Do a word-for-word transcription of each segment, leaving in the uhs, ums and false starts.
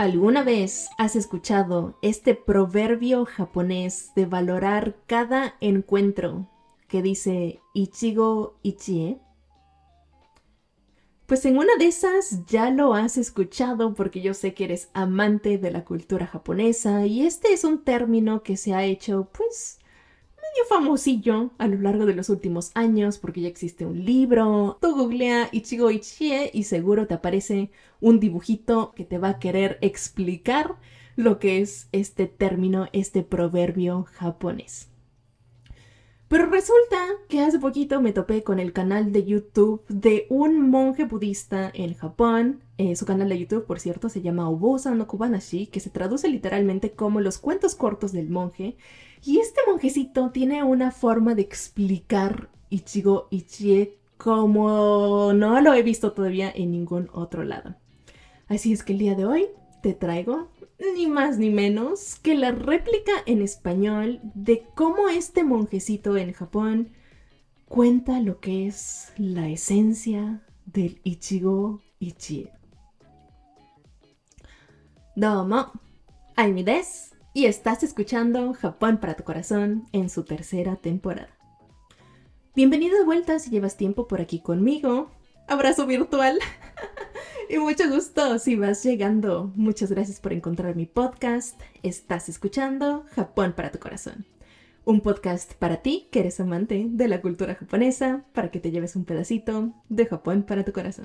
¿Alguna vez has escuchado este proverbio japonés de valorar cada encuentro que dice Ichigo Ichie? Pues en una de esas ya lo has escuchado porque yo sé que eres amante de la cultura japonesa y este es un término que se ha hecho pues medio famosillo a lo largo de los últimos años porque ya existe un libro. Tú googlea Ichigo Ichie y seguro te aparece un dibujito que te va a querer explicar lo que es este término, este proverbio japonés. Pero resulta que hace poquito me topé con el canal de YouTube de un monje budista en Japón. Eh, su canal de YouTube, por cierto, se llama Obosa no Kobanashi, que se traduce literalmente como los cuentos cortos del monje. Y este monjecito tiene una forma de explicar Ichigo Ichie como no lo he visto todavía en ningún otro lado. Así es que el día de hoy te traigo ni más ni menos que la réplica en español de cómo este monjecito en Japón cuenta lo que es la esencia del Ichigo Ichie. Domo, Aimi desu, y estás escuchando Japón para tu corazón en su tercera temporada. Bienvenido de vuelta si llevas tiempo por aquí conmigo. Abrazo virtual. Y mucho gusto si vas llegando. Muchas gracias por encontrar mi podcast. Estás escuchando Japón para tu corazón. Un podcast para ti que eres amante de la cultura japonesa, para que te lleves un pedacito de Japón para tu corazón.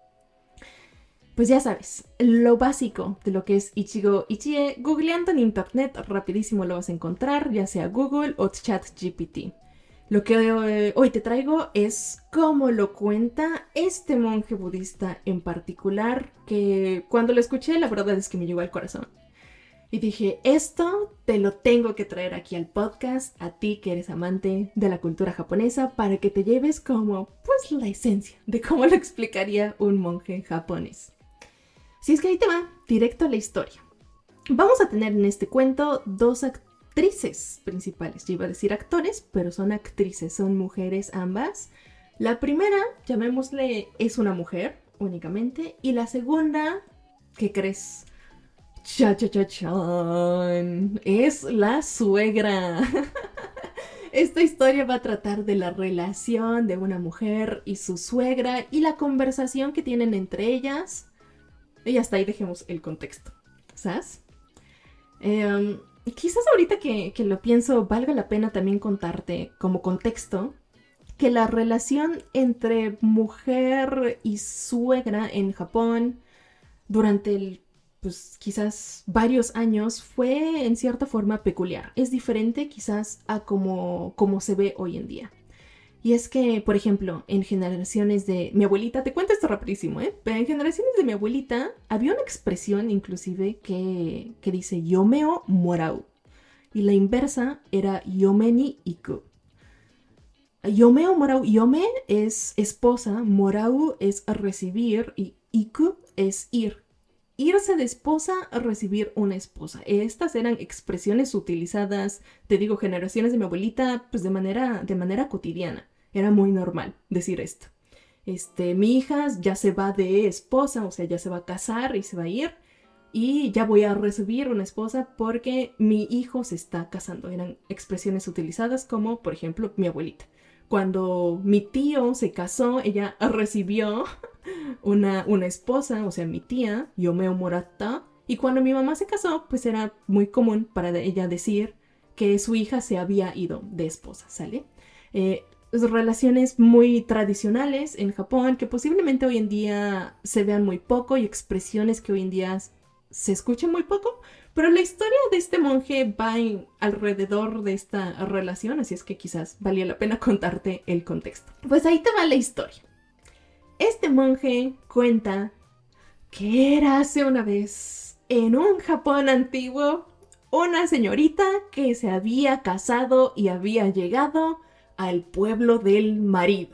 Pues ya sabes, lo básico de lo que es Ichigo Ichie, googleando en internet rapidísimo lo vas a encontrar, ya sea Google o ChatGPT. Lo que hoy, hoy te traigo es cómo lo cuenta este monje budista en particular, que cuando lo escuché la verdad es que me llegó al corazón. Y dije, esto te lo tengo que traer aquí al podcast, a ti que eres amante de la cultura japonesa, para que te lleves como, pues, la esencia de cómo lo explicaría un monje japonés. Si es que ahí te va, directo a la historia. Vamos a tener en este cuento dos actores. Actrices principales, yo iba a decir actores, pero son actrices, son mujeres ambas. La primera, llamémosle, es una mujer únicamente, y la segunda, ¿qué crees? Cha cha cha chan, es la suegra. Esta historia va a tratar de la relación de una mujer y su suegra y la conversación que tienen entre ellas. Y hasta ahí dejemos el contexto, ¿sabes? Eh, um, Quizás ahorita que, que lo pienso valga la pena también contarte como contexto que la relación entre mujer y suegra en Japón durante el, pues quizás varios años fue en cierta forma peculiar. Es diferente quizás a como, como se ve hoy en día. Y es que, por ejemplo, en generaciones de mi abuelita, te cuento esto rapidísimo, ¿eh? Pero en generaciones de mi abuelita había una expresión inclusive que, que dice yomeo morau. Y la inversa era yome ni iku. Yomeo morau, yome es esposa, morau es recibir y iku es ir. Irse de esposa a recibir una esposa. Estas eran expresiones utilizadas, te digo, generaciones de mi abuelita, pues de manera, de manera cotidiana. Era muy normal decir esto. Este, mi hija ya se va de esposa, o sea, ya se va a casar y se va a ir. Y ya voy a recibir una esposa porque mi hijo se está casando. Eran expresiones utilizadas como, por ejemplo, mi abuelita. Cuando mi tío se casó, ella recibió una, una esposa, o sea, mi tía, Yomeo Morata. Y cuando mi mamá se casó, pues era muy común para ella decir que su hija se había ido de esposa, ¿sale? Eh, relaciones muy tradicionales en Japón que posiblemente hoy en día se vean muy poco y expresiones que hoy en día se escuchan muy poco, pero la historia de este monje va en, alrededor de esta relación, así es que quizás valía la pena contarte el contexto. Pues ahí te va la historia. Este monje cuenta que era hace una vez en un Japón antiguo una señorita que se había casado y había llegado al pueblo del marido.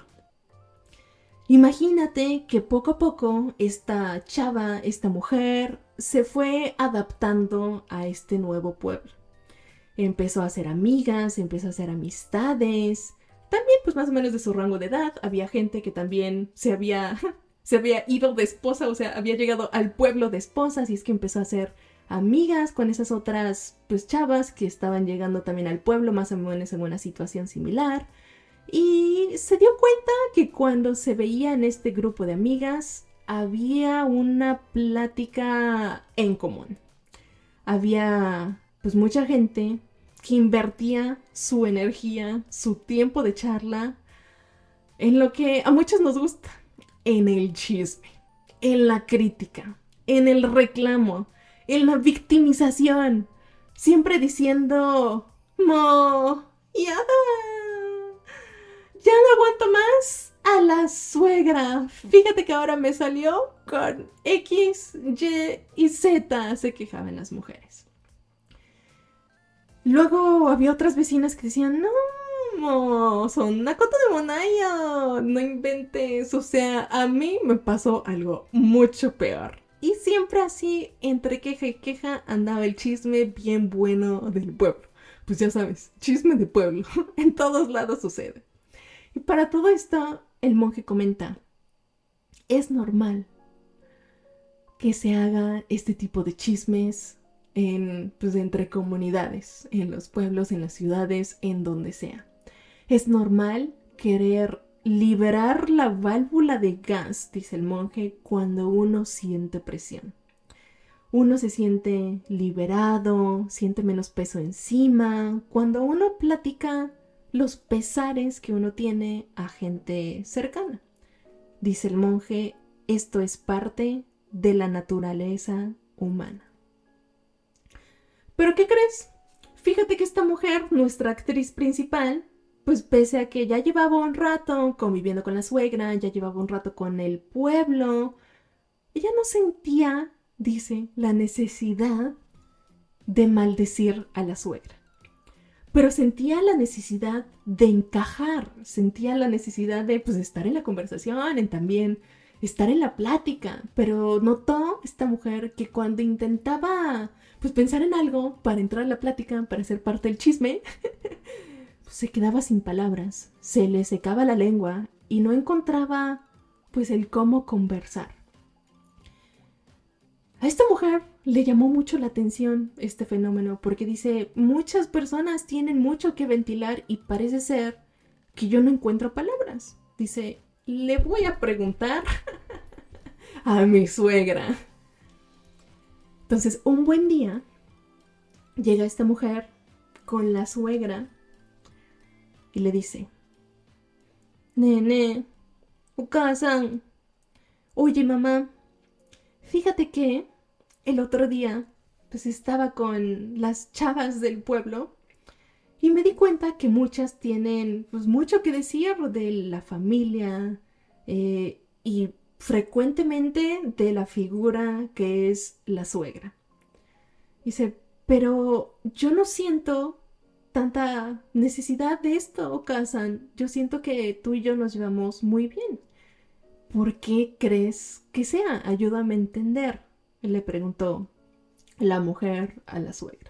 Imagínate que poco a poco esta chava, esta mujer, se fue adaptando a este nuevo pueblo. Empezó a hacer amigas, empezó a hacer amistades. También, pues más o menos de su rango de edad, había gente que también se había, se había ido de esposa, o sea, había llegado al pueblo de esposas y es que empezó a hacer amigas con esas otras pues chavas que estaban llegando también al pueblo más o menos en una situación similar. Y se dio cuenta que cuando se veía en este grupo de amigas había una plática en común. Había pues mucha gente que invertía su energía, su tiempo de charla en lo que a muchos nos gusta, en el chisme, en la crítica, en el reclamo, en la victimización, siempre diciendo, no, ya, ya no aguanto más a la suegra. Fíjate que ahora me salió con X, Y y Z, se quejaban las mujeres. Luego había otras vecinas que decían, no, no, son una cota de monaya, no inventes. O sea, a mí me pasó algo mucho peor. Y siempre así, entre queja y queja, andaba el chisme bien bueno del pueblo. Pues ya sabes, chisme de pueblo, en todos lados sucede. Y para todo esto, el monje comenta, es normal que se haga este tipo de chismes en, pues, entre comunidades, en los pueblos, en las ciudades, en donde sea. Es normal querer liberar la válvula de gas, dice el monje, cuando uno siente presión. Uno se siente liberado, siente menos peso encima, cuando uno platica los pesares que uno tiene a gente cercana. Dice el monje, esto es parte de la naturaleza humana. ¿Pero qué crees? Fíjate que esta mujer, nuestra actriz principal, pues pese a que ya llevaba un rato conviviendo con la suegra, ya llevaba un rato con el pueblo, ella no sentía, dice, la necesidad de maldecir a la suegra. Pero sentía la necesidad de encajar, sentía la necesidad de pues, estar en la conversación, en también estar en la plática. Pero notó esta mujer que cuando intentaba pues, pensar en algo para entrar a la plática, para ser parte del chisme, pues, se quedaba sin palabras, se le secaba la lengua y no encontraba pues el cómo conversar. A esta mujer le llamó mucho la atención este fenómeno porque dice, muchas personas tienen mucho que ventilar y parece ser que yo no encuentro palabras. Dice, le voy a preguntar a mi suegra. Entonces, un buen día, llega esta mujer con la suegra y le dice, Nene, Uka-san, oye mamá, fíjate que el otro día pues estaba con las chavas del pueblo y me di cuenta que muchas tienen pues mucho que decir de la familia eh, y frecuentemente de la figura que es la suegra. Dice, pero yo no siento tanta necesidad de esto, Oka-san. Yo siento que tú y yo nos llevamos muy bien. ¿Por qué crees que sea? Ayúdame a entender, le preguntó la mujer a la suegra.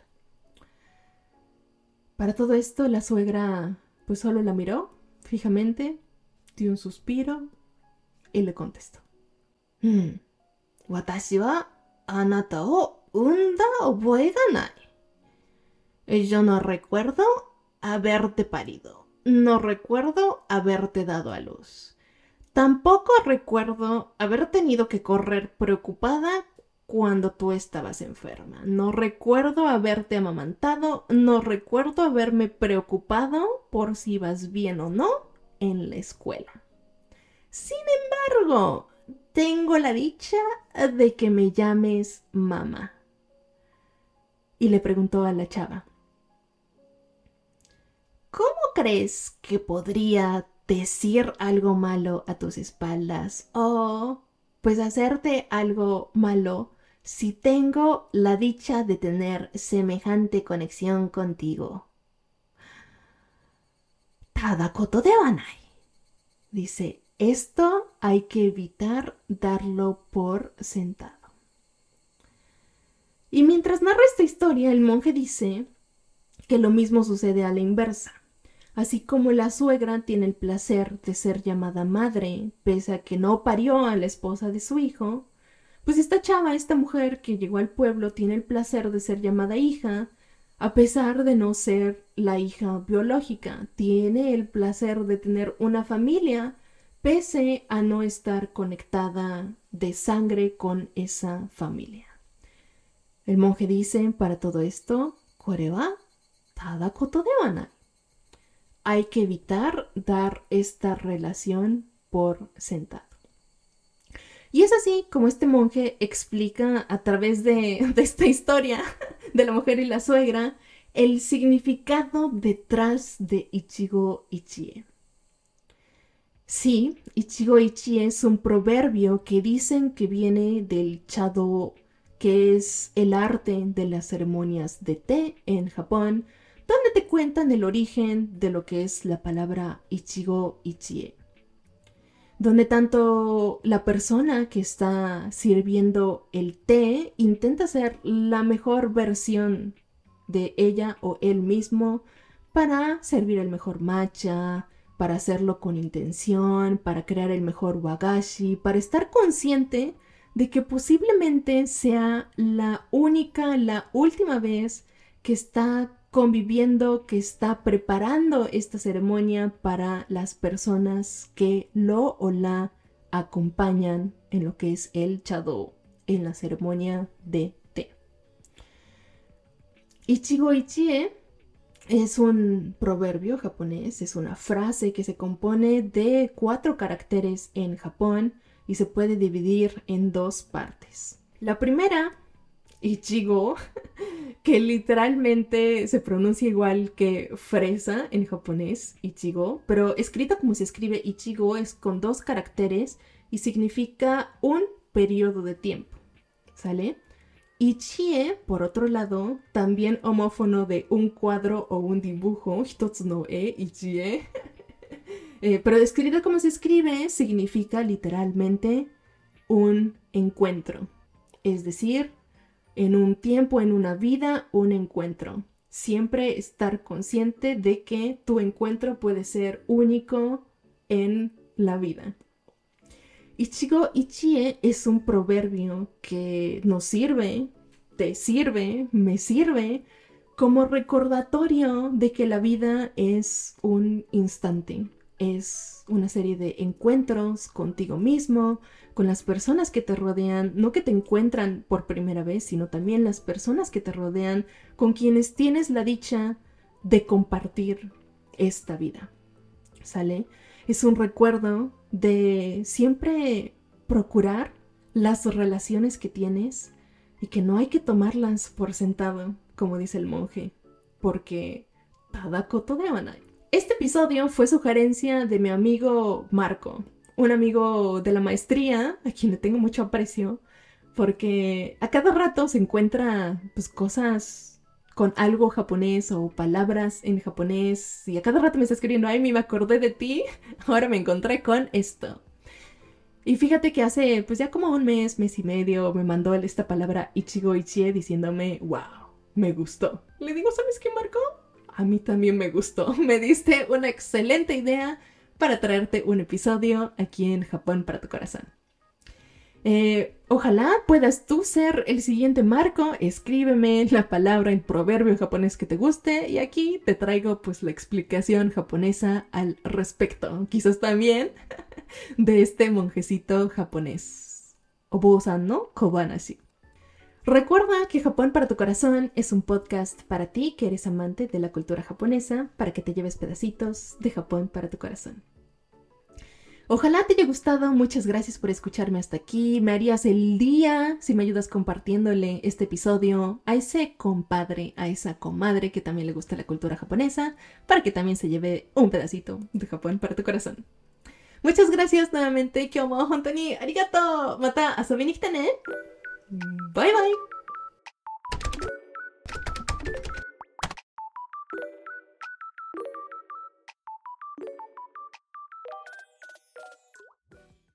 Para todo esto, la suegra pues solo la miró fijamente, dio un suspiro y le contestó. Hmm, watashi wa anata o unda oboe ga nai. Yo no recuerdo haberte parido. No recuerdo haberte dado a luz. Tampoco recuerdo haber tenido que correr preocupada cuando tú estabas enferma. No recuerdo haberte amamantado. No recuerdo haberme preocupado por si ibas bien o no en la escuela. Sin embargo, tengo la dicha de que me llames mamá. Y le preguntó a la chava, ¿cómo crees que podría decir algo malo a tus espaldas o pues hacerte algo malo si tengo la dicha de tener semejante conexión contigo? Tada koto de wa nai. Dice, esto hay que evitar darlo por sentado. Y mientras narra esta historia, el monje dice que lo mismo sucede a la inversa. Así como la suegra tiene el placer de ser llamada madre, pese a que no parió a la esposa de su hijo, pues esta chava, esta mujer que llegó al pueblo, tiene el placer de ser llamada hija, a pesar de no ser la hija biológica. Tiene el placer de tener una familia, pese a no estar conectada de sangre con esa familia. El monje dice para todo esto, "Kore wa tada koto de wa nai". Hay que evitar dar esta relación por sentado. Y es así como este monje explica a través de, de esta historia de la mujer y la suegra el significado detrás de Ichigo Ichie. Sí, Ichigo Ichie es un proverbio que dicen que viene del Chado, que es el arte de las ceremonias de té en Japón, donde te cuentan el origen de lo que es la palabra Ichigo Ichie. Donde tanto la persona que está sirviendo el té intenta ser la mejor versión de ella o él mismo para servir el mejor matcha, para hacerlo con intención, para crear el mejor wagashi, para estar consciente de que posiblemente sea la única, la última vez que está conviviendo, que está preparando esta ceremonia para las personas que lo o la acompañan en lo que es el chado, en la ceremonia de té. Ichigo Ichie es un proverbio japonés, es una frase que se compone de cuatro caracteres en Japón y se puede dividir en dos partes. La primera, Ichigo, que literalmente se pronuncia igual que fresa en japonés, Ichigo, pero escrito como se escribe Ichigo es con dos caracteres y significa un periodo de tiempo, ¿sale? Ichie, por otro lado, también homófono de un cuadro o un dibujo, hitotsu no e, Ichie, eh, pero escrito como se escribe significa literalmente un encuentro, es decir, en un tiempo, en una vida, un encuentro. Siempre estar consciente de que tu encuentro puede ser único en la vida. Ichigo Ichie es un proverbio que nos sirve, te sirve, me sirve, como recordatorio de que la vida es un instante. Es una serie de encuentros contigo mismo, con las personas que te rodean, no que te encuentran por primera vez, sino también las personas que te rodean, con quienes tienes la dicha de compartir esta vida. ¿Sale? Es un recuerdo de siempre procurar las relaciones que tienes y que no hay que tomarlas por sentado, como dice el monje, porque tada koto de wa nai. Este episodio fue sugerencia de mi amigo Marco, un amigo de la maestría, a quien le tengo mucho aprecio, porque a cada rato se encuentra pues, cosas con algo japonés o palabras en japonés, y a cada rato me está escribiendo, ay, me acordé de ti, ahora me encontré con esto. Y fíjate que hace pues ya como un mes, mes y medio, me mandó esta palabra Ichigo Ichie diciéndome, wow, me gustó. Le digo, ¿sabes qué, Marco? A mí también me gustó. Me diste una excelente idea para traerte un episodio aquí en Japón para tu corazón. Eh, ojalá puedas tú ser el siguiente Marco. Escríbeme la palabra en proverbio japonés que te guste y aquí te traigo pues la explicación japonesa al respecto. Quizás también de este monjecito japonés. Obo-san no Kobanashi. Recuerda que Japón para tu corazón es un podcast para ti que eres amante de la cultura japonesa, para que te lleves pedacitos de Japón para tu corazón. Ojalá te haya gustado, muchas gracias por escucharme hasta aquí. Me harías el día si me ayudas compartiéndole este episodio a ese compadre, a esa comadre que también le gusta la cultura japonesa, para que también se lleve un pedacito de Japón para tu corazón. Muchas gracias nuevamente, kyou mo hontou ni arigatou! Mata asobi ni kite ne! Bye bye!